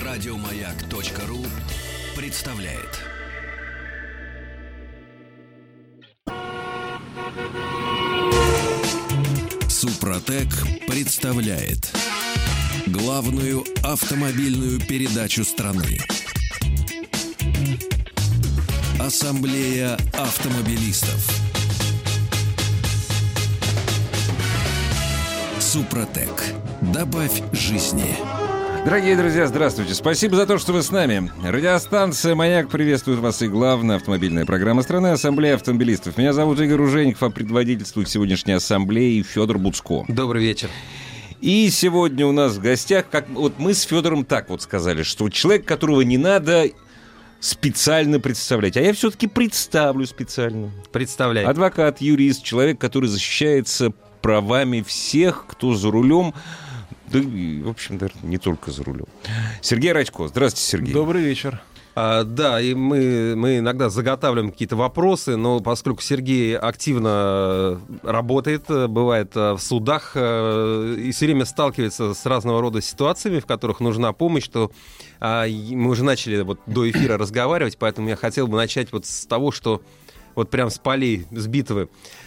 Радиомаяк.ру представляет. Супротек представляет главную автомобильную передачу страны. Ассамблея автомобилистов. Супротек. Добавь жизни. Дорогие друзья, здравствуйте. Спасибо за то, что вы с нами. Радиостанция «Маяк» приветствует вас и главная автомобильная программа страны «Ассамблея автомобилистов». Меня зовут Игорь Ужеников, а предводительствует сегодняшней ассамблеи Федор Буцко. Добрый вечер. И сегодня у нас в гостях, вот мы с Федором так вот сказали, что человек, которого не надо специально представлять. А я все-таки представлю специально. Представляй. Адвокат, юрист, человек, который защищается правами всех, кто за рулем. Да, в общем, даже не только за рулем. Сергей Рачко. Здравствуйте, Сергей. Добрый вечер. Да, и мы иногда заготавливаем какие-то вопросы, но поскольку Сергей активно работает, бывает в судах и все время сталкивается с разного рода ситуациями, в которых нужна помощь, то мы уже начали вот до эфира разговаривать, поэтому я хотел бы начать вот с того, что вот прям с полей, с битвы.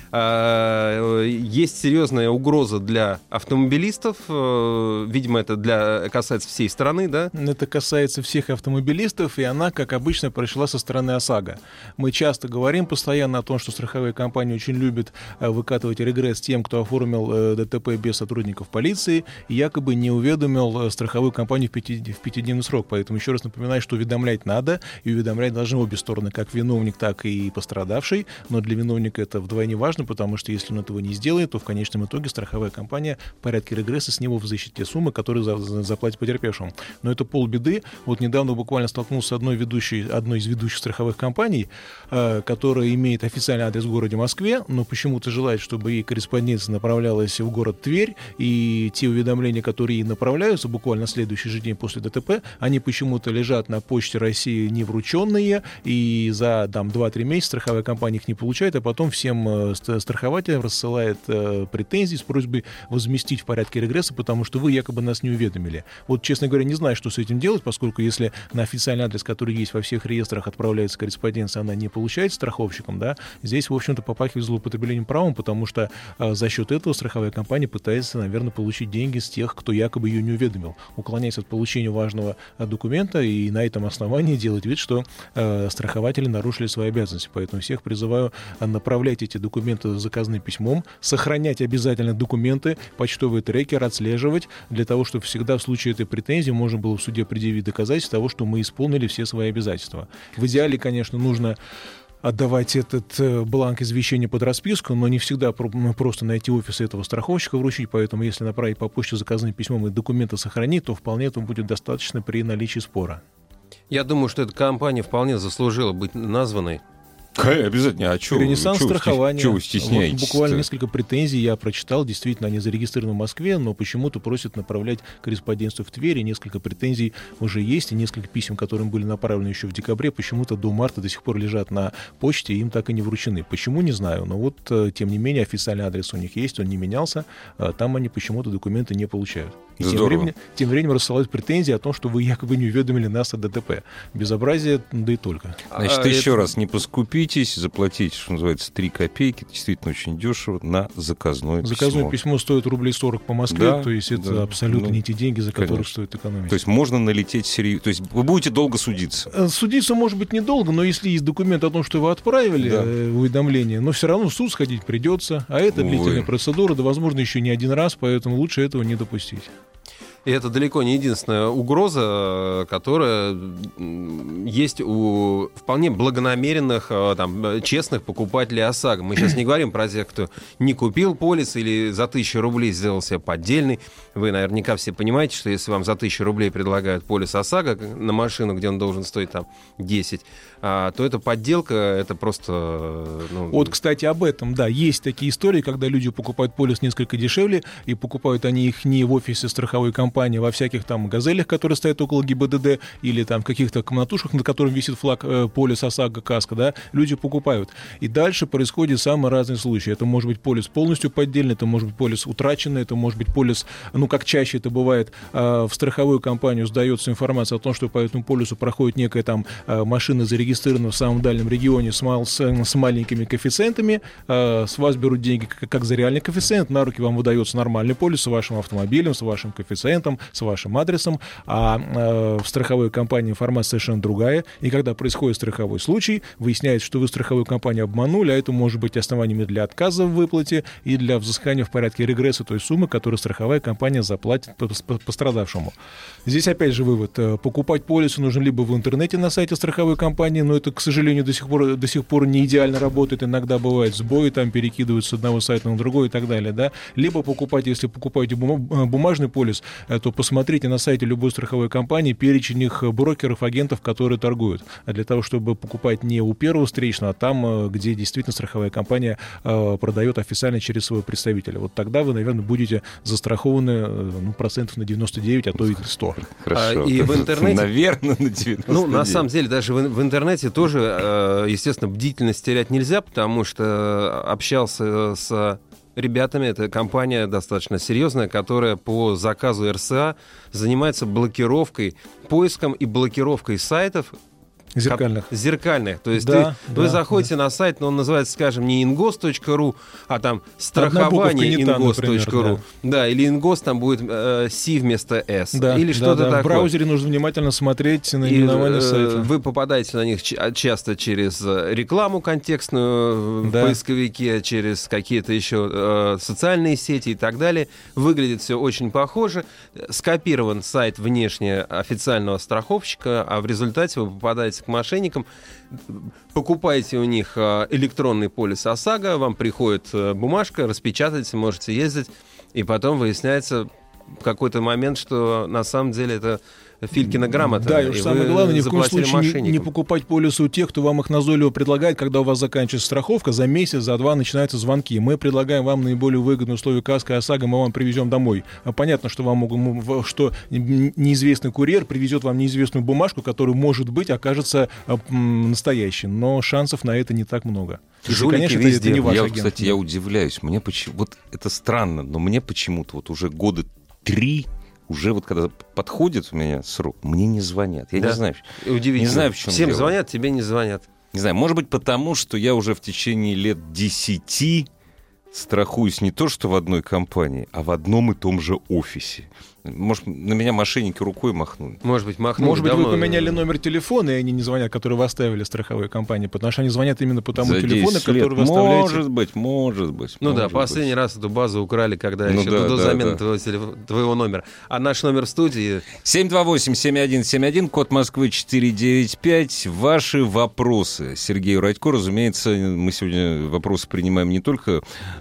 Есть серьезная угроза для автомобилистов. Видимо, это касается всей страны, да? Это касается всех автомобилистов, и она, как обычно, пришла со стороны ОСАГО. Мы часто говорим постоянно о том, что страховые компании очень любят выкатывать регресс тем, кто оформил ДТП без сотрудников полиции и якобы не уведомил страховую компанию в пятидневный срок. Поэтому еще раз напоминаю, что уведомлять надо, и уведомлять должны обе стороны, как виновник, так и пострадавший. Но для виновника это вдвойне важно, потому что если он этого не сделает, то в конечном итоге страховая компания в порядке регресса снимет в защите те суммы, которые заплатит потерпевшему. Но это полбеды. Вот недавно буквально столкнулся с одной из ведущих страховых компаний, которая имеет официальный адрес в городе Москве, но почему-то желает, чтобы ей корреспонденция направлялась в город Тверь, и те уведомления, которые ей направляются буквально на следующий же день после ДТП, они почему-то лежат на почте России не врученные, и за 2-3 месяца страховая компания их не получает, а потом всем страхователь рассылает претензии с просьбой возместить в порядке регресса, потому что вы якобы нас не уведомили. Вот, честно говоря, не знаю, что с этим делать, поскольку если на официальный адрес, который есть во всех реестрах, отправляется корреспонденция, она не получается страховщиком, да, здесь, в общем-то, попахивает злоупотреблением правом, потому что за счет этого страховая компания пытается, наверное, получить деньги с тех, кто якобы ее не уведомил, уклоняясь от получения важного документа и на этом основании делать вид, что страхователи нарушили свои обязанности. Поэтому всех призываю направлять эти документы заказным письмом, сохранять обязательно документы, почтовый трекер, отслеживать, для того, чтобы всегда в случае этой претензии можно было в суде предъявить доказательства того, что мы исполнили все свои обязательства. В идеале, конечно, нужно отдавать этот бланк извещения под расписку, но не всегда просто найти офис этого страховщика вручить, поэтому если направить по почте заказным письмом и документы сохранить, то вполне этого будет достаточно при наличии спора. Я думаю, что эта компания вполне заслужила быть названной. Обязательно. А что? Ренессанс страхования. Чего вы стесняетесь? Вот буквально несколько претензий я прочитал. Действительно, они зарегистрированы в Москве, но почему-то просят направлять корреспонденцию в Тверь. И несколько претензий уже есть. И несколько писем, которые были направлены еще в декабре, почему-то до марта до сих пор лежат на почте, и им так и не вручены. Почему, не знаю. Но вот, тем не менее, официальный адрес у них есть, он не менялся. Там они почему-то документы не получают. И тем временем рассылают претензии о том, что вы якобы не уведомили нас о ДТП. Безобразие, да и только. Значит, еще раз, не поскупитесь, заплатите, что называется, 3 копейки. Это действительно очень дешево на заказное письмо. Заказное письмо стоит рублей 40 по Москве, да, то есть это абсолютно не те деньги, за которые стоит экономить. То есть можно налететь серьезно. То есть вы будете долго судиться? Судиться может быть недолго, но если есть документ о том, что вы отправили уведомление, но все равно в суд сходить придется, а это длительная процедура, да, возможно, еще не один раз, поэтому лучше этого не допустить. И это далеко не единственная угроза, которая есть у вполне благонамеренных, честных покупателей ОСАГО. Мы сейчас не говорим про тех, кто не купил полис или за 1000 рублей сделал себе поддельный. Вы наверняка все понимаете, что если вам за 1000 рублей предлагают полис ОСАГО на машину, где он должен стоить 10, то это подделка, это просто... Вот, кстати, об этом, да, есть такие истории, когда люди покупают полис несколько дешевле, и покупают они их не в офисе страховой компании, компании во всяких там «Газелях», которые стоят около ГИБДД, или там в каких-то комнатушках, на котором висит флаг полис ОСАГО, каска, да, люди покупают. И дальше происходят самые разные случаи. Это может быть полис полностью поддельный, это может быть полис утраченный, это может быть полис, ну, как чаще это бывает, в страховую компанию сдается информация о том, что по этому полису проходит некая там машина, зарегистрирована в самом дальнем регионе с маленькими коэффициентами, с вас берут деньги как за реальный коэффициент, на руки вам выдается нормальный полис с вашим автомобилем, с вашим коэффициентом, с вашим адресом, а в страховой компании информация совершенно другая, и когда происходит страховой случай, выясняется, что вы страховую компанию обманули, а это может быть основаниями для отказа в выплате и для взыскания в порядке регресса той суммы, которую страховая компания заплатит пострадавшему. Здесь опять же вывод. Покупать полисы нужно либо в интернете на сайте страховой компании, но это, к сожалению, до сих пор не идеально работает. Иногда бывают сбои, там перекидывают с одного сайта на другой и так далее. Да? Либо покупать, если покупаете бумажный полис, то посмотрите на сайте любой страховой компании перечень их брокеров, агентов, которые торгуют. А для того, чтобы покупать не у первого встречного, а там, где действительно страховая компания продает официально через своего представителя. Вот тогда вы, наверное, будете застрахованы процентов на 99, а то и 100. Хорошо. И в интернете... Наверное, на 99. Ну, на самом деле, даже в интернете тоже, естественно, бдительность терять нельзя, потому что общался с ребятами, это компания достаточно серьезная, которая по заказу РСА занимается блокировкой, поиском и блокировкой сайтов, Зеркальных. То есть вы заходите на сайт, но он называется, скажем, не ingos.ru, а там страхование ingos.ru. Да, или ingos там будет C вместо S. Да, или что-то такое. В браузере нужно внимательно смотреть на именование сайта. Вы попадаете на них часто через рекламу контекстную в поисковике, через какие-то еще социальные сети и так далее. Выглядит все очень похоже. Скопирован сайт внешне официального страховщика, а в результате вы попадаете к мошенникам, покупаете у них электронный полис ОСАГО, вам приходит бумажка, распечатаете, можете ездить, и потом выясняется в какой-то момент, что на самом деле это Филькина грамота. Да, и уж самое главное, ни в коем случае не покупать полисы у тех, кто вам их назойливо предлагает, когда у вас заканчивается страховка, за месяц, за два начинаются звонки. Мы предлагаем вам наиболее выгодные условия каска и ОСАГО, мы вам привезем домой. Понятно, что что неизвестный курьер привезет вам неизвестную бумажку, которая, может быть, окажется настоящей, но шансов на это не так много. Жулики везде. Это не ваш агент. Кстати, я удивляюсь. Вот это странно, но мне почему-то вот уже года 3 уже вот когда подходит у меня срок, мне не звонят. Я не знаю. Удивительно. Не знаю, в чем Всем дело. звонят, тебе не звонят. Не знаю, может быть, потому что я уже в течение лет 10 страхуюсь не то, что в одной компании, а в одном и том же офисе. Может, на меня мошенники рукой махнули. Может быть, махнули. Может быть, давно. вы поменяли номер телефона, и они не звонят, которые вы оставили страховой компании, потому что они звонят именно по тому телефону, который вы оставляете. Может быть. Ну да, последний раз эту базу украли, когда еще до замены твоего номера. А наш номер в студии... 728-7171, код Москвы 495. Ваши вопросы Сергею Радько. Разумеется, мы сегодня вопросы принимаем не только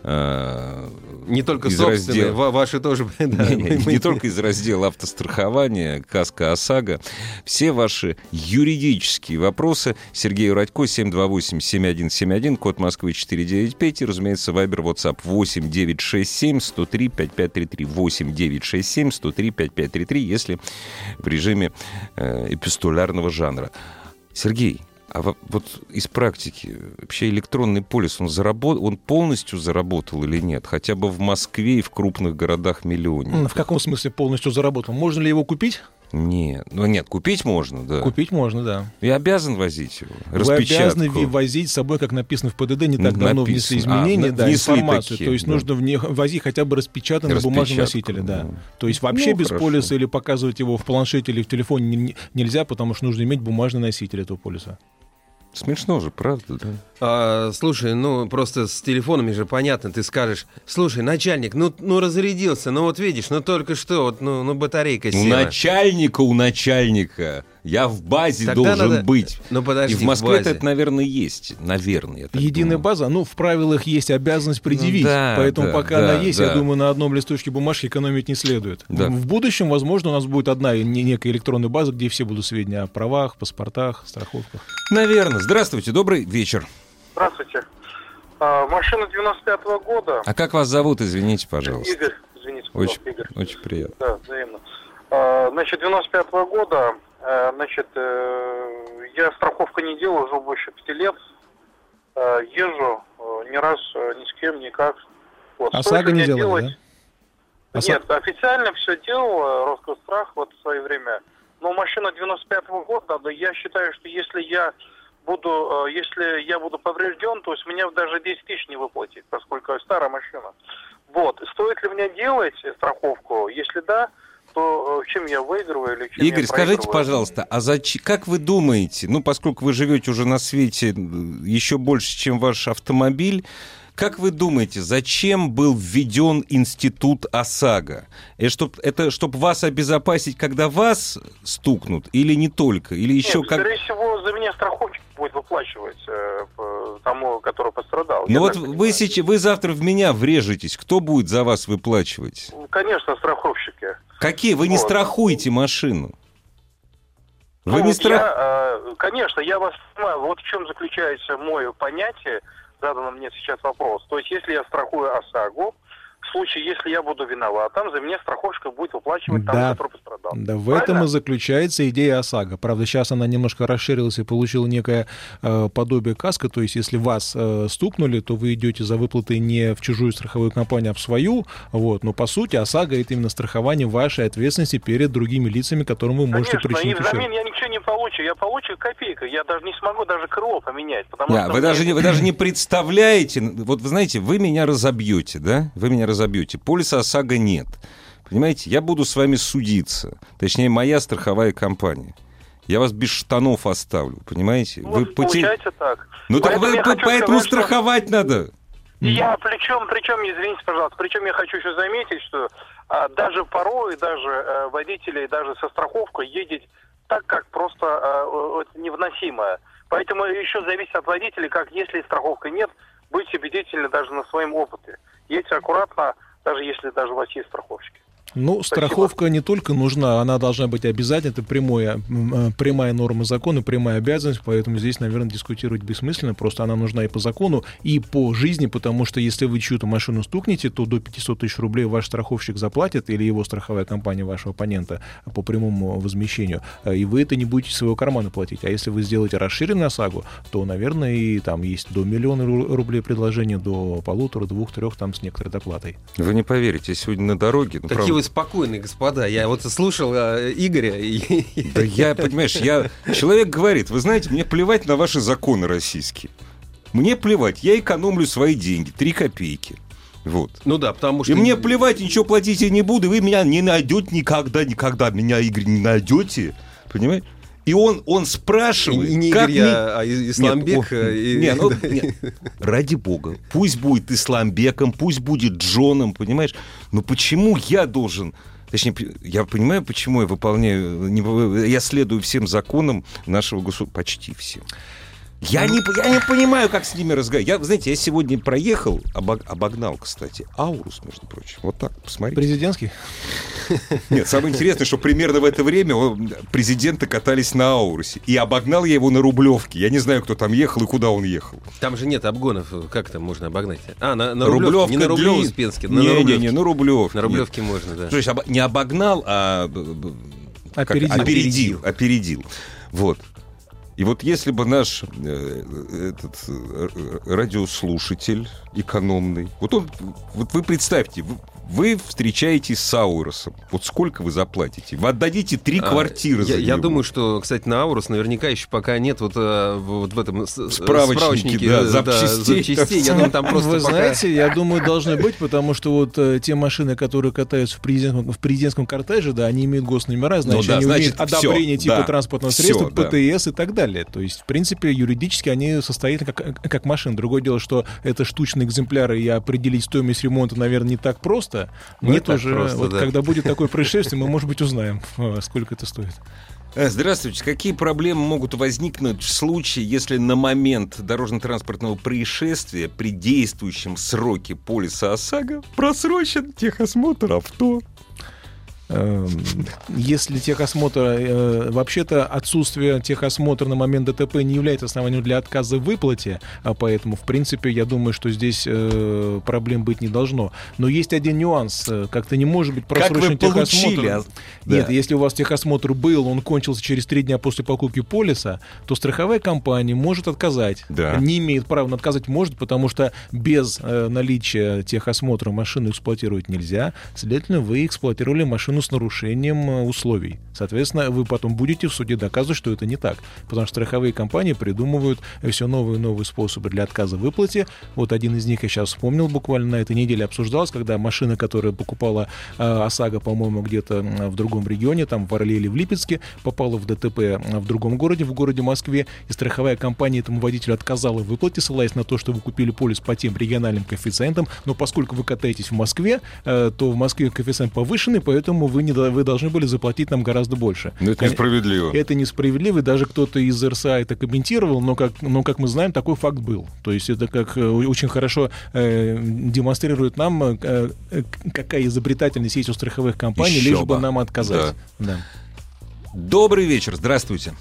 собственные, ваши тоже. Не только из раздела автострахования, каска ОСАГО. Все ваши юридические вопросы Сергею Радько, 728-7171, код Москвы 495, и, разумеется, Вайбер, WhatsApp 8-967-103-5533, 8-967-103-5533, если в режиме эпистолярного жанра. Сергей, а вот из практики вообще электронный полис, он полностью заработал или нет? Хотя бы в Москве и в крупных городах-миллионниках. В каком смысле полностью заработал? Можно ли его купить? Нет, купить можно, да. Купить можно, да. И обязан возить его, Вы обязаны возить с собой, как написано в ПДД, не так давно внесли изменения, информацию. Такие, то есть нужно возить хотя бы распечатанный бумажный носитель, да. То есть вообще без полиса или показывать его в планшете или в телефоне нельзя, потому что нужно иметь бумажный носитель этого полиса. Смешно же, правда, да? Слушай, просто с телефонами же понятно, ты скажешь, слушай, начальник, ну разрядился, вот видишь, только что, батарейка села. У начальника. Я в базе Тогда должен быть. Подожди, и в Москве это, наверное, есть. Наверное. Единая база, в правилах есть обязанность предъявить. Поэтому пока она есть, я думаю, на одном листочке бумажки экономить не следует. Да. В будущем, возможно, у нас будет одна некая электронная база, где все будут сведения о правах, паспортах, страховках. Наверное. Здравствуйте, добрый вечер. Здравствуйте. Машина 95-го года. А как вас зовут, извините, пожалуйста? Игорь, извините, Игорь. Игорь. Очень приятно. Да, взаимно. Значит, 95-го года, значит, я страховку не делал уже больше 5 лет. Езжу ни раз ни с кем, никак. Вот. ОСАГО не делали, да? Нет, официально все делал, Роскострах вот в свое время. Но машина 95-го года, да, я считаю, что если я буду поврежден, то есть меня даже 10 тысяч не выплатит, поскольку старая машина. Вот. Стоит ли мне делать страховку? Если да, то чем я выигрываю или чем Игорь, я скажите, проигрываю? пожалуйста, как вы думаете, поскольку вы живете уже на свете еще больше, чем ваш автомобиль, как вы думаете, зачем был введен институт ОСАГО? Это чтобы вас обезопасить, когда вас стукнут, или не только? Или еще Нет, скорее всего, за меня страховщик будет выплачивать тому, который пострадал. Ну вот вы завтра в меня врежетесь, кто будет за вас выплачивать? Конечно, страховщики. Какие? Вы не страхуете машину. Вы не Конечно, я вас понимаю. Вот в чем заключается мое понятие, задан мне сейчас вопрос. То есть, если я страхую ОСАГО, в случае, если я буду виноватым, за меня страховщик будет выплачивать тому, который пострадал. Да, в этом и заключается идея ОСАГО. Правда, сейчас она немножко расширилась и получила некое подобие каска. То есть, если вас стукнули, то вы идете за выплатой не в чужую страховую компанию, а в свою. Вот. Но, по сути, ОСАГО — это именно страхование вашей ответственности перед другими лицами, которым вы можете причинить ущерб. Конечно, и взамен я ничего не получу. Я получу копейку. Я даже не смогу даже крыло поменять. Потому что вы даже не представляете. Вот вы знаете, вы меня разобьете, да? Вы меня разобьете. Полиса ОСАГО нет. Понимаете, я буду с вами судиться. Точнее, моя страховая компания. Я вас без штанов оставлю, понимаете? Получается так. Поэтому страховать надо. Причем, извините, пожалуйста, я хочу еще заметить, что даже порой, даже водители, даже со страховкой едет так, как просто невыносимо. Поэтому еще зависит от водителя, как если страховка нет, будьте бдительны даже на своем опыте. Едьте аккуратно, даже если даже у вас есть страховщики. Страховка не только нужна, она должна быть обязательно. Это прямая норма закона, прямая обязанность, поэтому здесь, наверное, дискутировать бессмысленно. Просто она нужна и по закону, и по жизни, потому что если вы чью-то машину стукнете, то до 500 тысяч рублей ваш страховщик заплатит, или его страховая компания вашего оппонента по прямому возмещению, и вы это не будете из своего кармана платить. А если вы сделаете расширенную ОСАГО, то, наверное, и там есть до 1 миллиона рублей предложения, до 1,5, 2, 3 там с некоторой доплатой. Вы не поверите, я сегодня на дороге... Вы спокойные, господа. Я вот слушал Игоря. Да понимаешь, человек говорит, вы знаете, мне плевать на ваши законы российские. Мне плевать, я экономлю свои деньги, 3 копейки. Вот. Потому что... И мне плевать, ничего платить я не буду, вы меня не найдете никогда, меня, Игорь, не найдете. Понимаете? И он спрашивает... Не Игорь, а Исламбек. Нет, ради бога. Пусть будет Исламбеком, пусть будет Джоном, понимаешь? Но почему я должен... Точнее, я понимаю, почему я выполняю... Я следую всем законам нашего государства. Почти всем. Я не понимаю, как с ними разговаривать. Знаете, я сегодня проехал, обогнал, кстати, Аурус, между прочим. Вот так, посмотрите. Президентский? Нет, самое интересное, что примерно в это время президенты катались на Аурусе. И обогнал я его на Рублевке. Я не знаю, кто там ехал и куда он ехал. Там же нет обгонов. Как там можно обогнать? На Рублевке. Не на Рублево-Успенске, не, на Рублевке. На Рублевке можно, да. То есть не обогнал, а опередил. Вот. И вот если бы наш радиослушатель экономный, вот вы представьте, вы встречаетесь с Аурусом. Вот сколько вы заплатите? Вы отдадите 3 квартиры за него. Я думаю, что, кстати, на Аурус наверняка еще пока нет вот в этом справочнике запчастей. Я думаю, там просто Вы знаете, я думаю, должны быть, потому что вот те машины, которые катаются в президентском кортеже, да, они имеют госномера, значит, они имеют одобрение типа транспортного средства, ПТС и так далее. То есть, в принципе, юридически они состоят как машины. Другое дело, что это штучные экземпляры, и определить стоимость ремонта, наверное, не так просто. Нет уже. Просто, вот да. Когда будет такое происшествие, мы, может быть, узнаем, сколько это стоит. Здравствуйте. Какие проблемы могут возникнуть в случае, если на момент дорожно-транспортного происшествия при действующем сроке полиса ОСАГО просрочен техосмотр авто? Если техосмотр, вообще-то отсутствие техосмотра на момент ДТП не является основанием для отказа в выплате, а поэтому, в принципе, я думаю, что здесь проблем быть не должно. Но есть один нюанс. Как-то не может быть просрочен техосмотр. Нет, если у вас техосмотр был, он кончился через 3 дня после покупки полиса, то страховая компания может отказать. Да. Не имеет права, но отказать может, потому что без наличия техосмотра машину эксплуатировать нельзя. Следовательно, вы эксплуатировали машину с нарушением условий. Соответственно, вы потом будете в суде доказывать, что это не так. Потому что страховые компании придумывают все новые и новые способы для отказа в выплате. Вот один из них я сейчас вспомнил, буквально на этой неделе обсуждалось, когда машина, которая покупала ОСАГО, по-моему, где-то в другом регионе, там в Орле или в Липецке, попала в ДТП в другом городе, в городе Москве, и страховая компания этому водителю отказала в выплате, ссылаясь на то, что вы купили полис по тем региональным коэффициентам, но поскольку вы катаетесь в Москве, то в Москве коэффициент повышенный, поэтому вы должны были заплатить нам гораздо больше. Но это несправедливо. Это несправедливо, и даже кто-то из РСА это комментировал, но как мы знаем, такой факт был. То есть это как очень хорошо демонстрирует нам, какая изобретательность есть у страховых компаний, Еще лишь бы бы нам отказать. Да. Да. Добрый вечер, здравствуйте.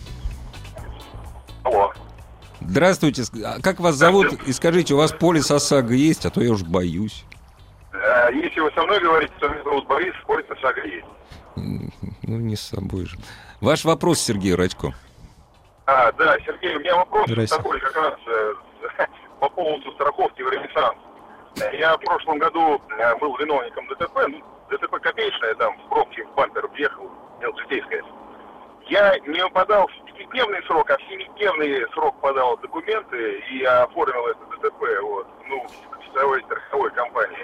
Алло. Здравствуйте. Как вас зовут? И скажите, у вас полис ОСАГО есть? А то я уж боюсь. Если вы со мной говорите, то меня зовут Борис, полис ОСАГО есть. Ну, не с собой же. Ваш вопрос, Сергей Радько. Да, Сергей, у меня вопрос Здрасте. такой как раз по поводу страховки в «Ренессанс». Я в прошлом году был виновником ДТП. ДТП копеечное, там в пробке в бампер въехал, житейское. Я не попадал в 5-дневный срок, а в 7-дневный срок подал документы и оформил это ДТП в страховой компании.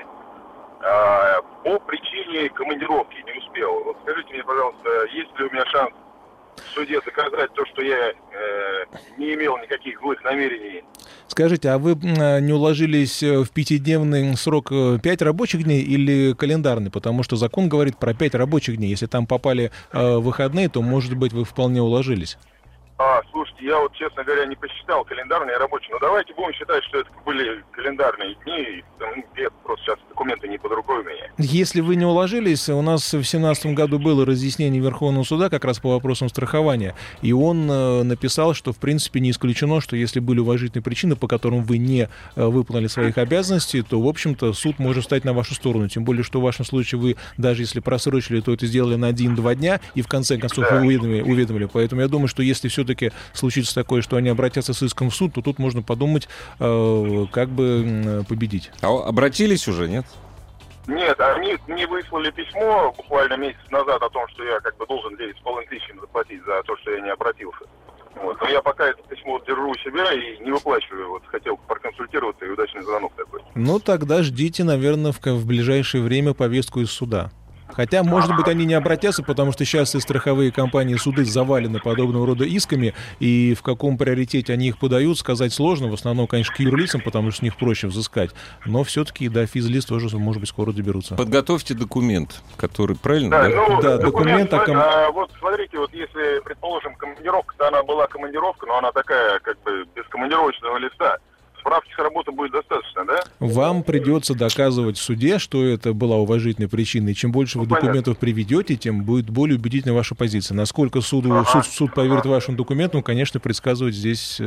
По причине командировки не успел. Вот скажите мне, пожалуйста, есть ли у меня шанс в суде доказать то, что я не имел никаких злых намерений? Скажите, а вы не уложились в 5-дневный срок 5 рабочих дней или календарный? Потому что закон говорит про 5 рабочих дней. Если там попали выходные, то, может быть, вы вполне уложились. Слушайте, я вот, честно говоря, не посчитал календарные и рабочие. Но давайте будем считать, что это были календарные дни. Просто сейчас документы не под рукой у меня. Если вы не уложились, у нас в 2017 году было разъяснение Верховного суда как раз по вопросам страхования. И он написал, что, в принципе, не исключено, что если были уважительные причины, по которым вы не выполнили своих обязанностей, то, в общем-то, суд может встать на вашу сторону. Тем более, что в вашем случае вы, даже если просрочили, то это сделали на 1-2 дня, и в конце концов вы уведомили. Поэтому я думаю, что если все-таки случится такое, что они обратятся с иском в суд, то тут можно подумать, как бы победить. А обратились уже, нет? Нет, они мне выслали письмо буквально месяц назад о том, что я должен 9,5 тысяч заплатить за то, что я не обратился. Но я пока это письмо держу у себя и не выплачиваю. Хотел проконсультироваться, и удачный звонок такой. Ну, тогда ждите, наверное, в ближайшее время повестку из суда. Хотя, может быть, они не обратятся, потому что сейчас и страховые компании, суды завалены подобного рода исками, и в каком приоритете они их подают, сказать сложно. В основном, конечно, к юрлицам, потому что с них проще взыскать. Но все-таки до физлиц тоже, может быть, скоро доберутся. Подготовьте документ, который, правильно? Да, документ. Вот смотрите, если, предположим, командировка-то она была командировка, но она такая, без командировочного листа. Справки с работы будет достаточно, да? Вам придется доказывать в суде, что это была уважительная причина. И чем больше вы документов приведете, тем будет более убедительна ваша позиция. Насколько суд поверит вашим документам, конечно, предсказывать здесь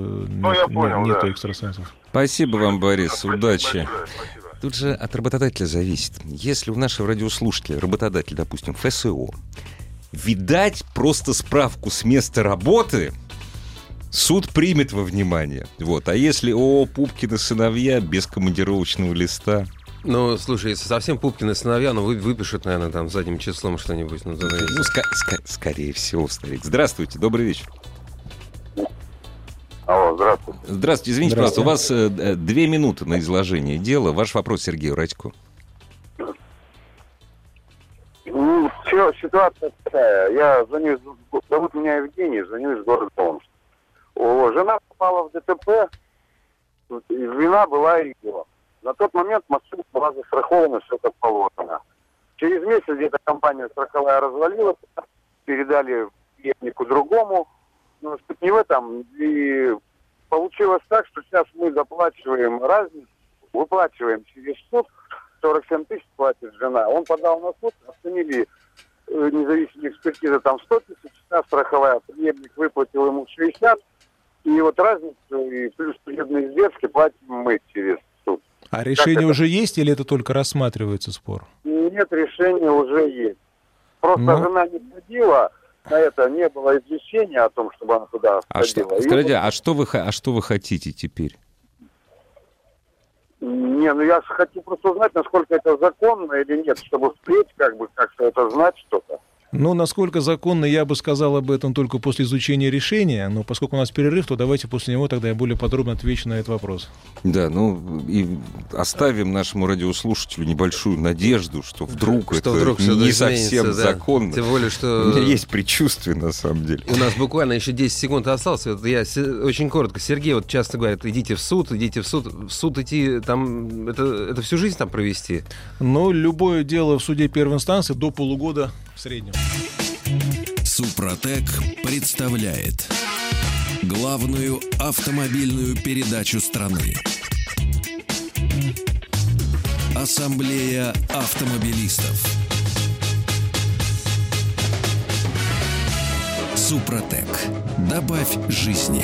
нету экстрасенсов. Спасибо вам, Борис. Удачи. Спасибо. Тут же от работодателя зависит. Если у нашего радиослушателя работодатель, допустим, ФСО, видать просто справку с места работы... Суд примет во внимание. А если Пупкины сыновья без командировочного листа? Ну, слушай, если совсем Пупкины сыновья, выпишут, наверное, там задним числом что-нибудь. Скорее всего, старик. Здравствуйте, добрый вечер. Алло, здравствуйте. Здравствуйте, извините, пожалуйста, у вас 2 минуты на изложение дела. Ваш вопрос Сергею Радько. Ситуация такая. Зовут меня Евгений, звоню из города Омска. Жена попала в ДТП, вина была ее. На тот момент машина была застрахована, все как положено. Через месяц где-то компания страховая развалилась, передали преемнику другому. Но суть не в этом. И получилось так, что сейчас мы доплачиваем разницу, выплачиваем через суд, 47 тысяч платит жена. Он подал на суд, оценили независимой экспертизы там 100 тысяч, страховая, преемник выплатил ему 60, и вот разницу и плюс судебные издержки платим мы через суд. А решение уже есть или это только рассматривается спор? Нет, решение уже есть. Просто жена не ходила, на это не было извещения о том, чтобы она туда ходила. Скажите, а что вы хотите теперь? Не, я хочу просто узнать, насколько это законно или нет, чтобы впредь как-то это знать что-то. Насколько законно, я бы сказал об этом только после изучения решения, но поскольку у нас перерыв, то давайте после него тогда я более подробно отвечу на этот вопрос. Да, и оставим нашему радиослушателю небольшую надежду, что вдруг это не совсем законно. Тем более, что... У меня есть предчувствие, на самом деле. У нас буквально еще 10 секунд осталось. Я очень коротко. Сергей часто говорит, идите в суд. В суд идти, там, это всю жизнь там провести? Любое дело в суде первой инстанции до полугода в среднем. Супротек представляет главную автомобильную передачу страны. Ассамблея автомобилистов. Супротек. Добавь жизни.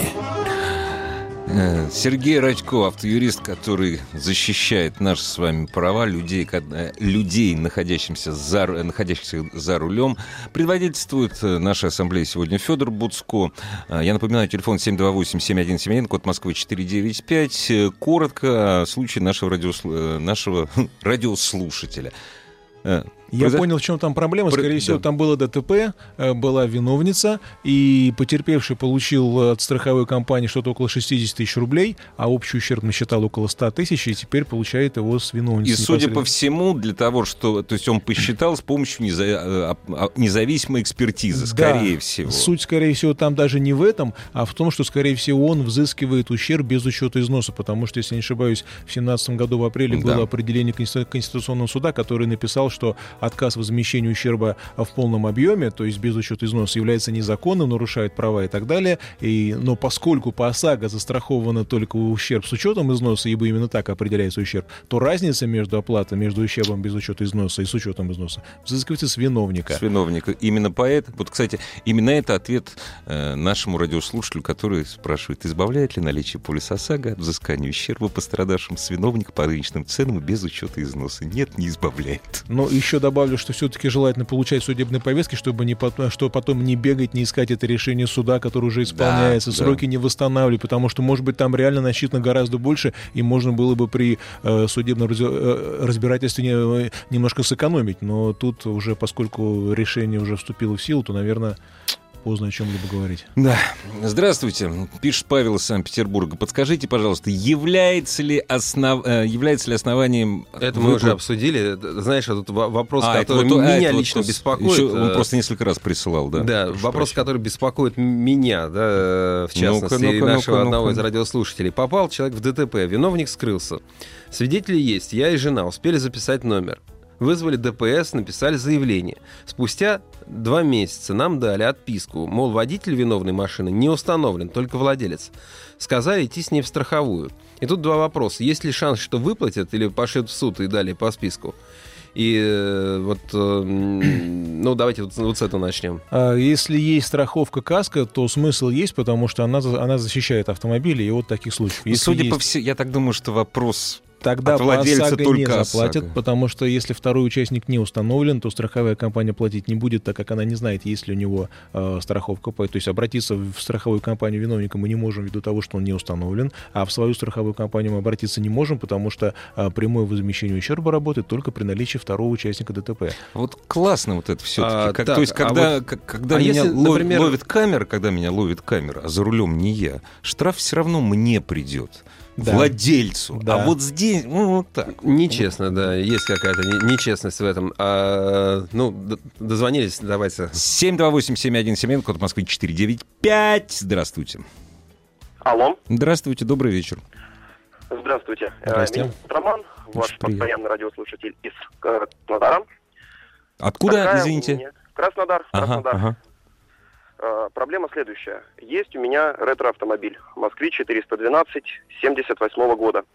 Сергей Радько, автоюрист, который защищает наши с вами права людей, находящихся за рулем. Предводительствует нашей ассамблеи сегодня Федор Буцко. Я напоминаю, телефон 728-7171, код Москвы 495. Коротко о случае нашего радиослушателя. Я понял, в чем там проблема. Скорее всего, там было ДТП, была виновница, и потерпевший получил от страховой компании что-то около 60 тысяч рублей, а общий ущерб насчитал около 100 тысяч, и теперь получает его с виновницей. И, судя по всему, для того, что... То есть он посчитал с помощью независимой экспертизы, скорее всего. Суть, скорее всего, там даже не в этом, а в том, что, скорее всего, он взыскивает ущерб без учета износа, потому что, если не ошибаюсь, в 2017 году в апреле было определение Конституционного суда, который написал, что отказ в возмещении ущерба в полном объеме, то есть без учета износа, является незаконным, нарушает права и так далее. Но поскольку по ОСАГО застраховано только ущерб с учетом износа, ибо именно так определяется ущерб, то разница между оплатой, между ущербом без учета износа и с учетом износа взыскивается с виновника. С виновника. Именно поэтому, кстати, именно это ответ нашему радиослушателю, который спрашивает, избавляет ли наличие полиса ОСАГО от взыскания ущерба пострадавшим с виновника по рыночным ценам и без учета износа? Нет, не избавляет. Но еще добавлю, что все-таки желательно получать судебные повестки, чтобы потом не бегать, не искать это решение суда, которое уже исполняется, сроки не восстанавливать, потому что, может быть, там реально насчитано гораздо больше, и можно было бы при судебном разбирательстве немножко сэкономить. Но тут уже, поскольку решение уже вступило в силу, то, наверное, поздно о чем-либо говорить. Да. Здравствуйте. Пишет Павел из Санкт-Петербурга. Подскажите, пожалуйста, является ли основанием... Это мы уже обсудили. Знаешь, тут вопрос, который меня лично беспокоит. Он просто несколько раз присылал, да? Да, вопрос, который беспокоит меня, в частности, и нашего одного из радиослушателей. Попал человек в ДТП, виновник скрылся. Свидетели есть, я и жена успели записать номер. Вызвали ДПС, написали заявление. Спустя 2 месяца нам дали отписку, мол, водитель виновной машины не установлен, только владелец. Сказали идти с ней в страховую. И тут 2 вопроса. Есть ли шанс, что выплатят, или пошлют в суд и далее по списку? И давайте вот с этого начнем. Если есть страховка КАСКО, то смысл есть, потому что она защищает автомобили, и вот таких случаев. Судя по всему, я так думаю, что вопрос... Тогда по ОСАГО не заплатят, потому что если второй участник не установлен, то страховая компания платить не будет, так как она не знает, есть ли у него страховка. То есть обратиться в страховую компанию виновника мы не можем ввиду того, что он не установлен, а в свою страховую компанию мы обратиться не можем, потому что прямое возмещение ущерба работает только при наличии второго участника ДТП. Вот классно вот это все-таки. То есть когда меня ловит камера, а за рулем не я, штраф все равно мне придет. Да. Владельцу. Да. А вот здесь, вот так. Нечестно, да. Есть какая-то нечестность в этом. Дозвонились, давайте. 728-7171, код Москвы 495. Здравствуйте. Алло. Здравствуйте, добрый вечер. Здравствуйте. Здравствуйте. Меня зовут Роман, ваш постоянный радиослушатель из Краснодара. Откуда, извините? Краснодар. Ага. Проблема следующая. Есть у меня ретро-автомобиль «Москвич 412» 78 года.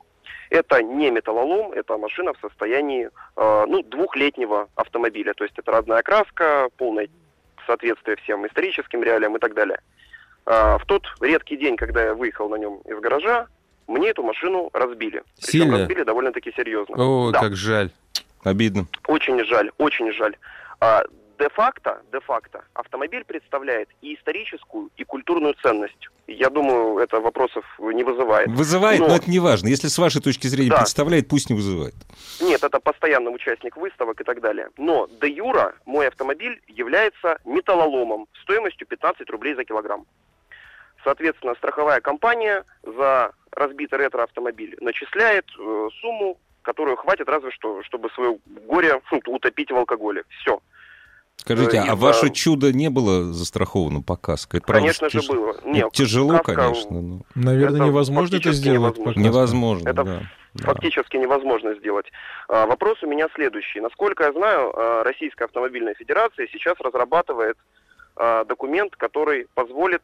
Это не металлолом, это машина в состоянии двухлетнего автомобиля. То есть это родная краска, полное соответствие всем историческим реалиям и так далее. В тот редкий день, когда я выехал на нем из гаража, мне эту машину разбили. Причем Сильно? разбили довольно-таки серьезно. О, да. как жаль. Обидно. Очень жаль, очень жаль. Де-факто автомобиль представляет и историческую, и культурную ценность. Я думаю, это вопросов не вызывает. Вызывает, но это не важно. Если с вашей точки зрения представляет, пусть не вызывает. Нет, это постоянный участник выставок и так далее. Но де-юра мой автомобиль является металлоломом стоимостью 15 рублей за килограмм. Соответственно, страховая компания за разбитый ретро-автомобиль начисляет сумму, которую хватит разве что, чтобы свое горе утопить в алкоголе. Все. Скажите, а ваше чудо не было застраховано по каско? Это конечно же было. Нет, тяжело, конечно. Но... Наверное, невозможно это сделать. Невозможно, это фактически невозможно сделать. Вопрос у меня следующий. Насколько я знаю, Российская автомобильная федерация сейчас разрабатывает документ, который позволит,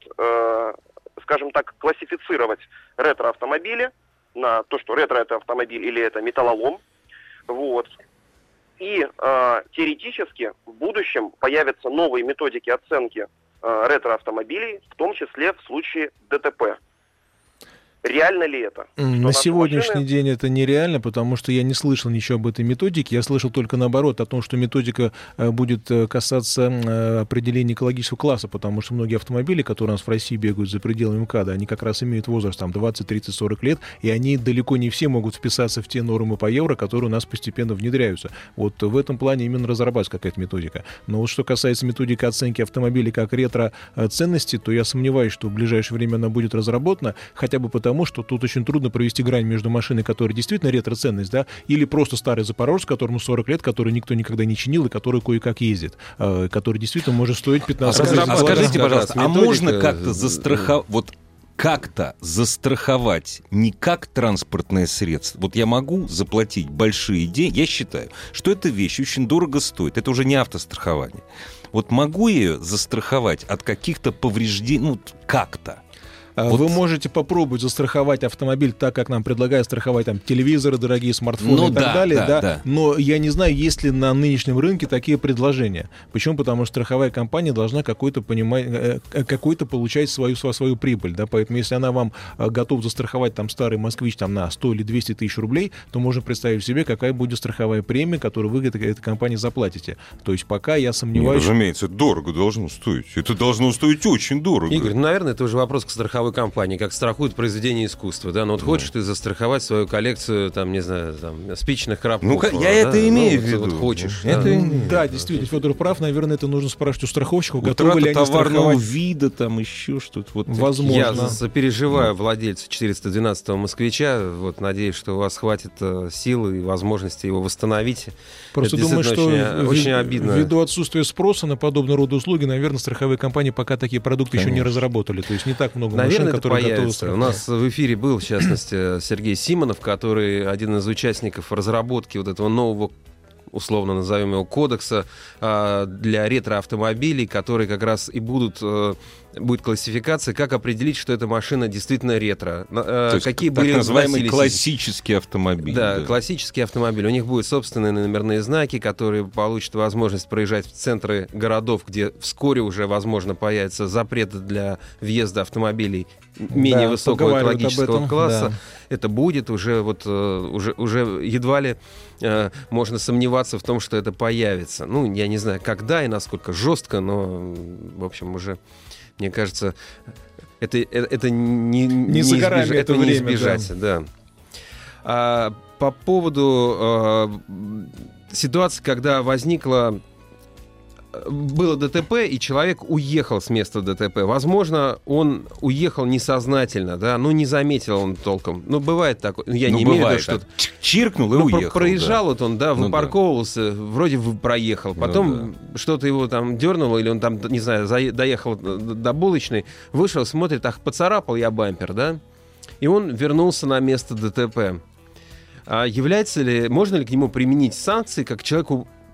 скажем так, классифицировать ретро-автомобили на то, что ретро это автомобиль или это металлолом. Вот. И теоретически в будущем появятся новые методики оценки ретро-автомобилей, в том числе в случае ДТП. Реально ли это? На сегодняшний день это нереально, потому что я не слышал ничего об этой методике. Я слышал только наоборот о том, что методика будет касаться определения экологического класса, потому что многие автомобили, которые у нас в России бегают за пределами МКАДа, они как раз имеют возраст там 20, 30, 40 лет, и они далеко не все могут вписаться в те нормы по евро, которые у нас постепенно внедряются. Вот в этом плане именно разрабатывается какая-то методика. Но вот что касается методики оценки автомобилей как ретро-ценности, то я сомневаюсь, что в ближайшее время она будет разработана, хотя бы потому, что тут очень трудно провести грань между машиной, которая действительно ретро-ценность, да, или просто старый Запорожец, которому 40 лет, который никто никогда не чинил и который кое-как ездит, который действительно может стоить 15 раз. Скажите, пожалуйста, а можно как-то застраховать, вот как-то застраховать не как транспортное средство? Вот я могу заплатить большие деньги, я считаю, что эта вещь очень дорого стоит, это уже не автострахование. Вот могу я ее застраховать от каких-то повреждений, как-то? Вы можете попробовать застраховать автомобиль так, как нам предлагают страховать там телевизоры, дорогие смартфоны и так далее, да. Но я не знаю, есть ли на нынешнем рынке такие предложения. Почему? Потому что страховая компания должна какой-то получать свою прибыль, да, поэтому если она вам готова застраховать там старый «Москвич» там на 100 или 200 тысяч рублей, то можно представить себе, какая будет страховая премия, которую вы этой компании заплатите. То есть пока я сомневаюсь... Разумеется, это дорого должно стоить. Это должно стоить очень дорого. Игорь, наверное, это уже вопрос к страховой компании, как страхуют произведения искусства, да, но вот хочешь ты застраховать свою коллекцию, там, не знаю, там, спичных коробков. Я это имею в виду. Вот хочешь. Да, действительно, Федор прав, наверное, это нужно спрашивать у страховщиков, готовы ли они товарного вида, там еще что-то. Вот возможно. Я сопереживаю владельцу 412-го «Москвича», вот, надеюсь, что у вас хватит сил и возможности его восстановить. Просто это думаю, что очень обидно. Ввиду отсутствия спроса на подобного рода услуги, наверное, страховые компании пока такие продукты еще не разработали. То есть не так много машин, которые готовы страховать. У нас в эфире был, в частности, Сергей Симонов, который один из участников разработки вот этого нового, условно назовем его, кодекса для ретро-автомобилей, которые как раз и будет классификация, как определить, что эта машина действительно ретро. Какие были называемые классические автомобили. Да, классические автомобили. У них будут собственные номерные знаки, которые получат возможность проезжать в центры городов, где вскоре уже, возможно, появится запрет для въезда автомобилей менее высокого экологического класса. Да. Это будет уже едва ли можно сомневаться в том, что это появится. Ну, я не знаю, когда и насколько жестко, но, в общем, уже, мне кажется, это не избежать. Да. По поводу ситуации, когда было ДТП, и человек уехал с места ДТП. Возможно, он уехал несознательно, да, не заметил он толком. Бывает такое. Я не имею в виду, что... Чиркнул и уехал. Проезжал вот он, выпарковывался, вроде проехал. Потом что-то его там дернуло, или он там, не знаю, доехал до булочной, вышел, смотрит, поцарапал я бампер, да, и он вернулся на место ДТП. Можно ли к нему применить санкции, как человеку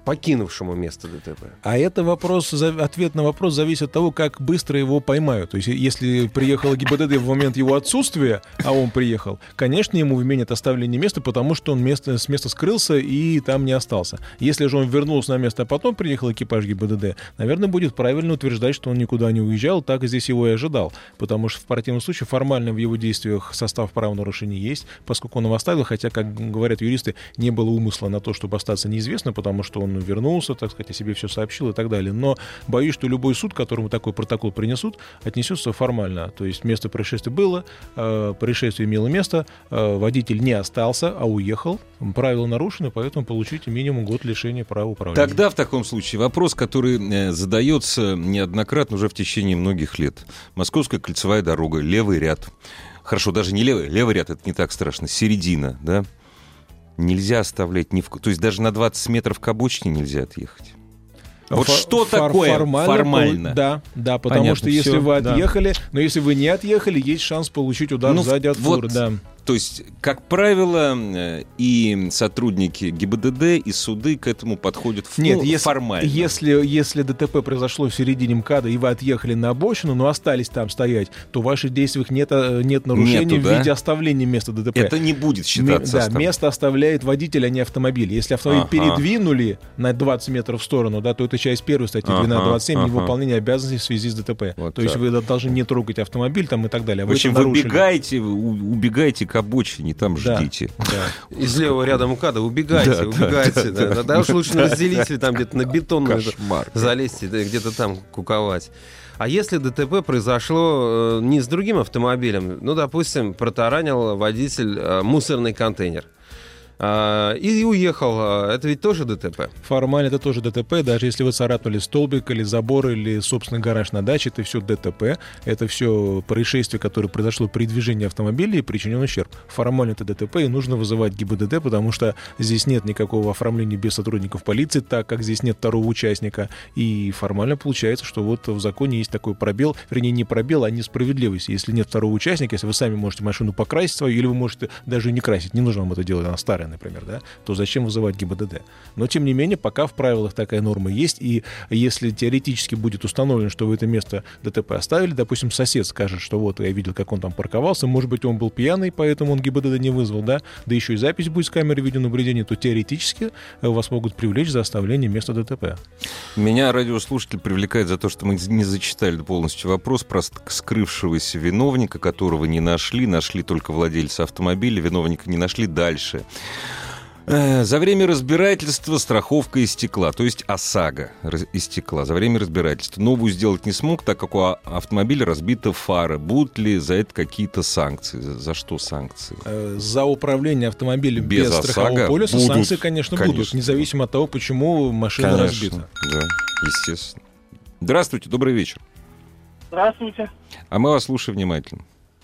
покинувшему место ДТП? А это ответ на вопрос зависит от того, как быстро его поймают. То есть, если приехала ГИБДД в момент его отсутствия, а он приехал, конечно, ему вменят оставление места, потому что он с места скрылся и там не остался. Если же он вернулся на место, а потом приехал экипаж ГИБДД, наверное, будет правильно утверждать, что он никуда не уезжал, так здесь его и ожидал. Потому что в противном случае формально в его действиях состав правонарушений есть, поскольку он его оставил, хотя, как говорят юристы, не было умысла на то, чтобы остаться, неизвестно, потому что он вернулся, так сказать, о себе все сообщил и так далее. Но боюсь, что любой суд, которому такой протокол принесут, отнесется формально. То есть место происшествия было, происшествие имело место, водитель не остался, а уехал, правила нарушены, поэтому получите минимум год лишения права управления. Тогда в таком случае вопрос, который задается неоднократно уже в течение многих лет. Московская кольцевая дорога, левый ряд. Хорошо, даже не левый ряд, это не так страшно, середина, да? Нельзя оставлять ни в... То есть даже на 20 метров к обочине нельзя отъехать. Вот что такое формально? Да, потому понятно, что если вы отъехали, но если вы не отъехали, есть шанс получить удар сзади от фуры. Да. То есть, как правило, и сотрудники ГИБДД, и суды к этому подходят формально. Если ДТП произошло в середине МКАДа, и вы отъехали на обочину, но остались там стоять, то в ваших действиях нет нарушений в виде оставления места ДТП. Это не будет считаться. Да, место оставляет водитель, а не автомобиль. Если автомобиль передвинули на 20 метров в сторону, да, то это часть 1 статьи 12.27 невыполнение обязанностей в связи с ДТП. Вот то есть вы должны не трогать автомобиль там, и так далее. В общем, вы убегаете к обочине, там ждите. Да. Из левого ряда МКАДа убегайте. Да уж лучше на разделитель там где-то на бетон залезть, где-то там куковать. А если ДТП произошло не с другим автомобилем, допустим, протаранил водитель мусорный контейнер, и уехал. Это ведь тоже ДТП? Формально это тоже ДТП. Даже если вы царапнули столбик или забор, или собственный гараж на даче, это все ДТП. Это все происшествие, которое произошло при движении автомобиля и причинен ущерб. Формально это ДТП, и нужно вызывать ГИБДД, потому что здесь нет никакого оформления без сотрудников полиции, так как здесь нет второго участника. И формально получается, что вот в законе есть такой пробел, вернее, не пробел, а несправедливость. Если нет второго участника, если вы сами можете машину покрасить свою, или вы можете даже не красить, не нужно вам это делать, она старая, например, да, то зачем вызывать ГИБДД? Но, тем не менее, пока в правилах такая норма есть, и если теоретически будет установлено, что вы это место ДТП оставили, допустим, сосед скажет, что вот я видел, как он там парковался, может быть, он был пьяный, поэтому он ГИБДД не вызвал, да еще и запись будет с камеры видеонаблюдения, то теоретически вас могут привлечь за оставление места ДТП. Меня радиослушатель привлекает за то, что мы не зачитали полностью вопрос про скрывшегося виновника, которого не нашли только владельца автомобиля, виновника не нашли дальше. За время разбирательства страховка истекла, то есть ОСАГО истекла. За время разбирательства новую сделать не смог, так как у автомобиля разбита фара. Будут ли за это какие-то санкции? За что санкции? За управление автомобилем без страхового полиса санкции, конечно, будут, независимо от того, почему машина разбита. Да, естественно. Здравствуйте, добрый вечер. Здравствуйте. А мы вас слушаем внимательно.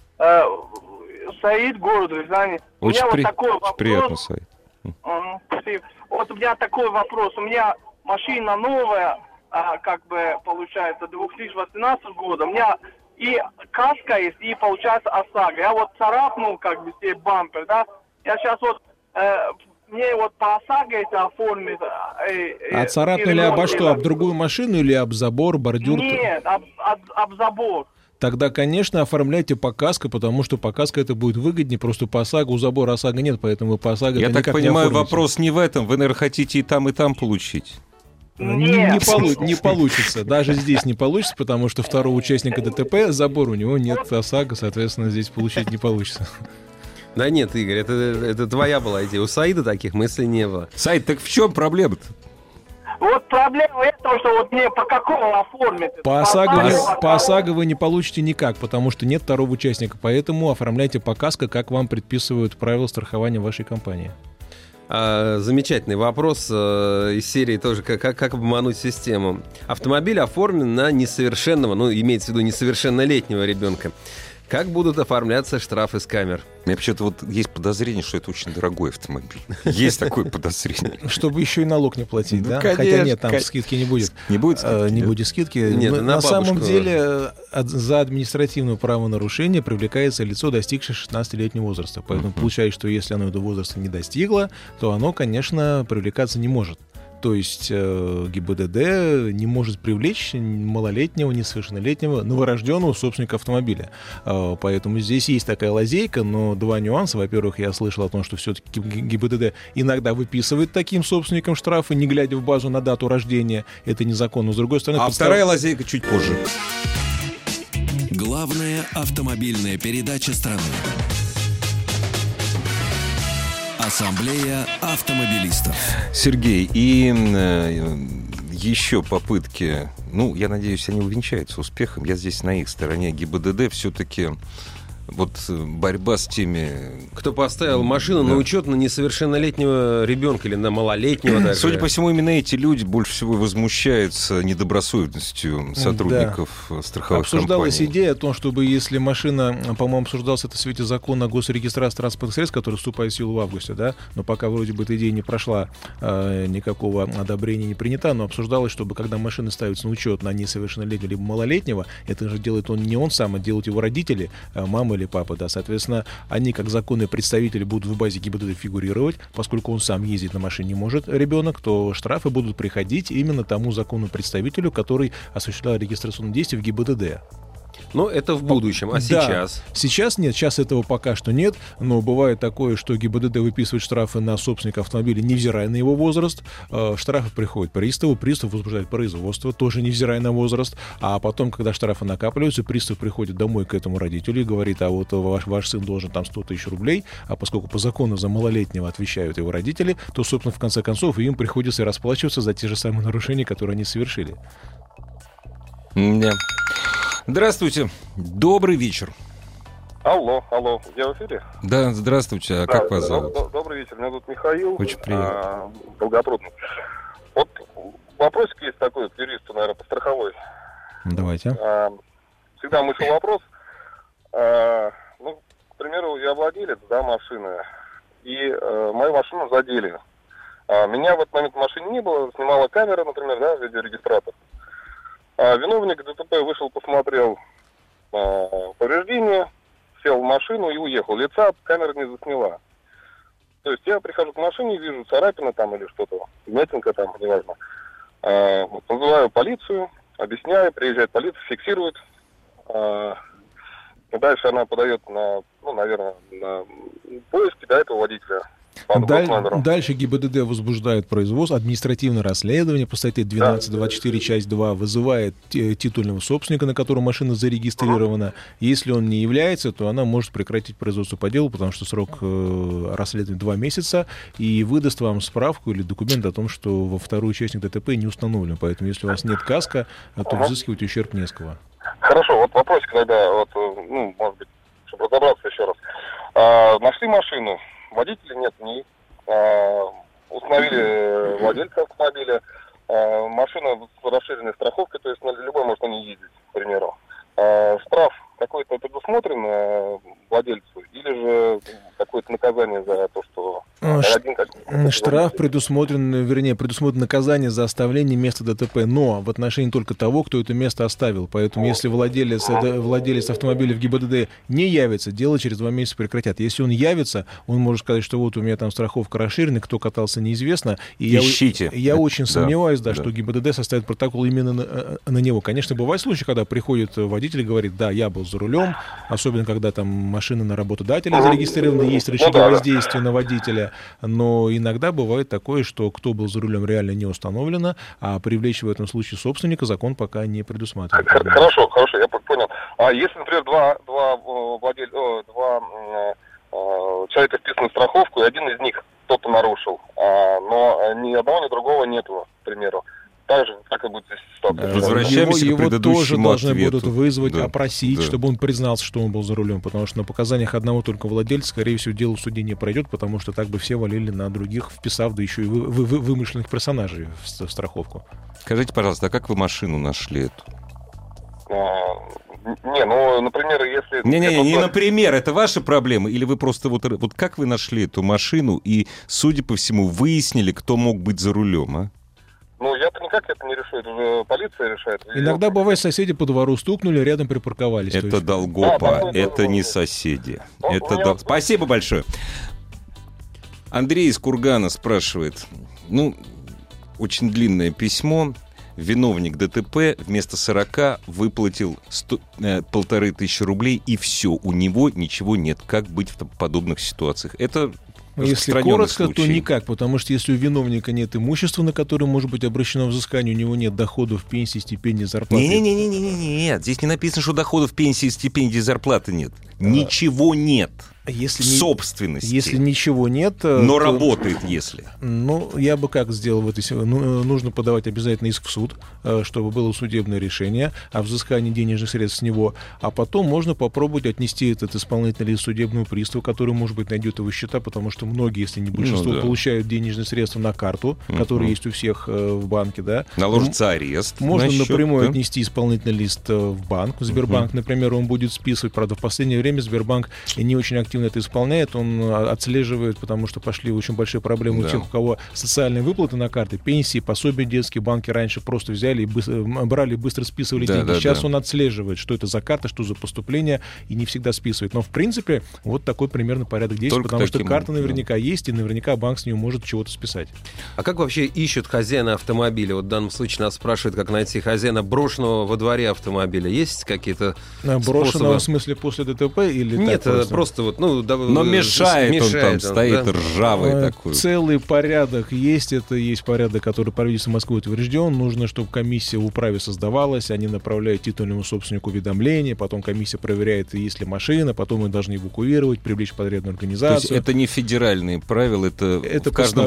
Саид, город Рязани. Очень приятно, Саид. Вот у меня такой вопрос. У меня машина новая, получается, 2018 года. У меня и каска есть, и, получается, ОСАГО. Я вот царапнул, себе бампер, да. Я сейчас мне вот по ОСАГО это оформить. А царапнули обо что? Об другую машину или об забор, бордюр? Нет, об забор. Тогда, конечно, оформляйте по каско, потому что по каско это будет выгоднее. Просто по ОСАГО у забора ОСАГО нет, поэтому вы по ОСАГО я это никак так понимаю, не оформите. Вопрос не в этом. Вы, наверное, хотите и там получить. Не получится. Даже здесь не получится, потому что второго участника ДТП, забор у него нет ОСАГО, соответственно, здесь получить не получится. Да нет, Игорь, это твоя была идея. У Саида таких мыслей не было. Саид, так в чем проблема-то? Вот проблема этого, что вот мне по какому оформить? По ОСАГО вы не получите никак, потому что нет второго участника. Поэтому оформляйте по каско, как вам предписывают правила страхования вашей компании. Замечательный вопрос из серии тоже, как обмануть систему. Автомобиль оформлен на несовершенного, имеется в виду несовершеннолетнего ребенка. Как будут оформляться штрафы с камер? У меня вообще-то есть подозрение, что это очень дорогой автомобиль. Есть такое подозрение. Чтобы еще и налог не платить, да? Хотя нет, там скидки не будет. Не будет скидки? Не будет скидки. На самом деле за административное правонарушение привлекается лицо, достигшее 16-летнего возраста. Поэтому получается, что если оно до возраста не достигло, то оно, конечно, привлекаться не может. То есть ГИБДД не может привлечь малолетнего, несовершеннолетнего, новорожденного собственника автомобиля. Поэтому здесь есть такая лазейка, но два нюанса. Во-первых, я слышал о том, что все-таки ГИБДД иногда выписывает таким собственникам штрафы, не глядя в базу на дату рождения. Это незаконно. С другой стороны... Вторая лазейка чуть позже. Главная автомобильная передача страны. Ассамблея автомобилистов. Сергей, и еще попытки, ну, я надеюсь, они увенчаются успехом. Я здесь на их стороне. ГИБДД все-таки... Вот борьба с теми... Кто поставил машину на учет на несовершеннолетнего ребенка или на малолетнего даже. Судя по всему, именно эти люди больше всего возмущаются недобросовестностью сотрудников страховых Обсуждалась компаний. идея о том, чтобы если машина, по-моему, обсуждался это в свете закона о госрегистрации транспортных средств, который вступает в силу в августе, да, но пока вроде бы эта идея не прошла, никакого одобрения не принята, но обсуждалось, чтобы когда машина ставится на учет на несовершеннолетнего либо малолетнего, это же делает он не он сам, а делают его родители, мама или папа, да, соответственно, они как законные представители будут в базе ГИБДД фигурировать, поскольку он сам ездить на машине не может, ребенок, то штрафы будут приходить именно тому законному представителю, который осуществлял регистрационные действия в ГИБДД. Но это в будущем, а сейчас? Сейчас нет, сейчас этого пока что нет, но бывает такое, что ГИБДД выписывает штрафы на собственника автомобиля, невзирая на его возраст. Штрафы приходят приставу, пристав возбуждает производство, тоже невзирая на возраст. А потом, когда штрафы накапливаются, пристав приходит домой к этому родителю и говорит, а вот ваш сын должен там 100 тысяч рублей, а поскольку по закону за малолетнего отвечают его родители, то, собственно, в конце концов, им приходится расплачиваться за те же самые нарушения, которые они совершили. Да. Здравствуйте. Добрый вечер. Алло, я в эфире? Да, здравствуйте. А как вас зовут? Добрый вечер, меня зовут Михаил. Очень приятно. Долгопрудный. Вот вопросик есть такой к юристу, наверное, по страховой. Давайте. Всегда мучил вопрос. К примеру, я владелец, да, машины, и мою машину задели. Меня в этот момент в машине не было, снимала камера, например, да, видеорегистратор. Виновник ДТП вышел, посмотрел повреждения, сел в машину и уехал. Лица камера не засняла. То есть я прихожу к машине, вижу царапина там или что-то, вмятинка там, неважно. Вызываю полицию, объясняю, приезжает полиция, фиксирует. Дальше она подает на поиски до этого водителя. Дальше ГИБДД возбуждает производство, административное расследование по статье 12.24, часть 2, вызывает титульного собственника, на котором машина зарегистрирована. Если он не является, то она может прекратить производство по делу, потому что срок расследования 2 месяца, и выдаст вам справку или документ о том, что во второй участник ДТП не установлен. Поэтому, если у вас нет каска, то взыскивать ущерб не с кого. Хорошо, вот вопросик тогда, может быть, чтобы разобраться еще раз. Нашли машину. Водителя нет в ней. Установили владельца автомобиля. Машина с расширенной страховкой, то есть любой может на ней ездить, к примеру. Штраф какой-то предусмотрен владельцу или же какое-то наказание за то, что... Штраф предусмотрено наказание за оставление места ДТП, но в отношении только того, кто это место оставил. Поэтому если владелец автомобиля в ГИБДД не явится, дело через 2 месяца прекратят. Если он явится, он может сказать, что вот у меня там страховка расширена, кто катался, неизвестно. И ищите. Я очень сомневаюсь, что ГИБДД составит протокол именно на него. Конечно, бывают случаи, когда приходит водитель и говорит, да, я был за рулем, особенно когда там машина на работодателя зарегистрирована, есть рычаги воздействия на водителя. Но иногда бывает такое, что кто был за рулем реально не установлено, а привлечь в этом случае собственника закон пока не предусматривает. Хорошо, я понял. А если, например, два человека вписаны в страховку, и один из них кто-то нарушил, но ни одного, ни другого нету, к примеру. Так же, как и будет здесь ситуация. Возвращаемся к предыдущему тоже должны ответу. будут вызвать, опросить, чтобы он признался, что он был за рулем, потому что на показаниях одного только владельца, скорее всего, дело в суде не пройдет, потому что так бы все валили на других, вписав, да еще и вымышленных персонажей в страховку. Скажите, пожалуйста, а как вы машину нашли эту? Например, если... Не, например, это ваши проблемы? Или вы просто вот как вы нашли эту машину и, судя по всему, выяснили, кто мог быть за рулем, а? Я-то никак это не решу, это же полиция решает. Иногда бывает, соседи по двору стукнули, рядом припарковались. Это Долгопа, это не соседи. Спасибо большое. Андрей из Кургана спрашивает. очень длинное письмо. Виновник ДТП вместо 40 выплатил 1500 рублей, и все, у него ничего нет. Как быть в подобных ситуациях? Это если коротко, то никак, потому что если у виновника нет имущества, на которое может быть обращено взыскание, у него нет доходов, пенсии, стипендии, зарплаты. Нет, здесь не написано, что доходов, пенсии, стипендии, зарплаты нет. Ничего нет. Собственности. Если ничего нет... Но работает, если. Ну, я бы как сделал в этой ситуации? Нужно подавать обязательно иск в суд, чтобы было судебное решение о взыскании денежных средств с него, а потом можно попробовать отнести этот исполнительный лист судебному приставу, который, может быть, найдет его счета, потому что многие, если не большинство, получают денежные средства на карту, которая есть у всех в банке, да. Наложится арест. Можно напрямую отнести исполнительный лист в банк, в Сбербанк, например, он будет списывать. Правда, в последнее время Сбербанк не очень активно это исполняет, он отслеживает, потому что пошли очень большие проблемы у тех, у кого социальные выплаты на карты, пенсии, пособия детские, банки раньше просто взяли и брали, быстро списывали деньги. Сейчас он отслеживает, что это за карта, что за поступление, и не всегда списывает. Но, в принципе, вот такой примерно порядок действий, потому что карта наверняка есть, и наверняка банк с нее может чего-то списать. А как вообще ищут хозяина автомобиля? Вот в данном случае нас спрашивают, как найти хозяина брошенного во дворе автомобиля. Есть какие-то брошенного способы? В смысле после ДТП или нет, так просто вот, но мешает он там, стоит ржавый такой. Целый порядок есть, это есть порядок, который правительство Москвы утвержден. Нужно, чтобы комиссия в управе создавалась, они направляют титульному собственнику уведомление, потом комиссия проверяет, есть ли машина, потом мы должны эвакуировать, привлечь подрядную организацию. То есть это не федеральные правила, это в каждом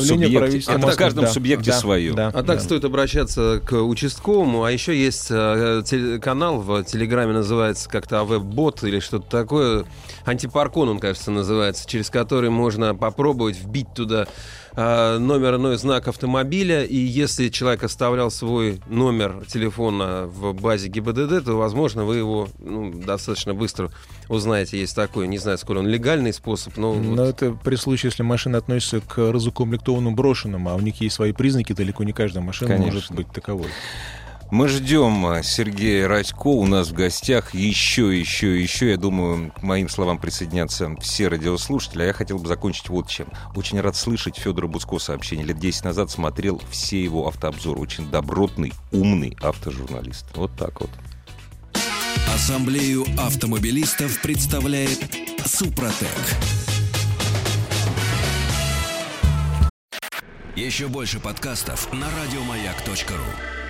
субъекте свое. Так стоит обращаться к участковому, а еще есть канал в Телеграме, называется как-то АВ-бот или что-то такое, антипаркон он, кажется, называется, через который можно попробовать вбить туда номерной знак автомобиля, и если человек оставлял свой номер телефона в базе ГИБДД, то, возможно, вы его достаточно быстро узнаете. Есть такой, не знаю, сколько он легальный способ, но это при случае, если машина относится к разукомплектованным брошенным, а у них есть свои признаки, далеко не каждая машина может быть таковой. Мы ждем Сергея Радько у нас в гостях. Еще. Я думаю, к моим словам присоединятся все радиослушатели. А я хотел бы закончить вот чем. Очень рад слышать Федора Буцко сообщение. Лет 10 назад смотрел все его автообзоры. Очень добротный, умный автожурналист. Вот так вот. Ассамблею автомобилистов представляет Супротек. Еще больше подкастов на радиомаяк.ру.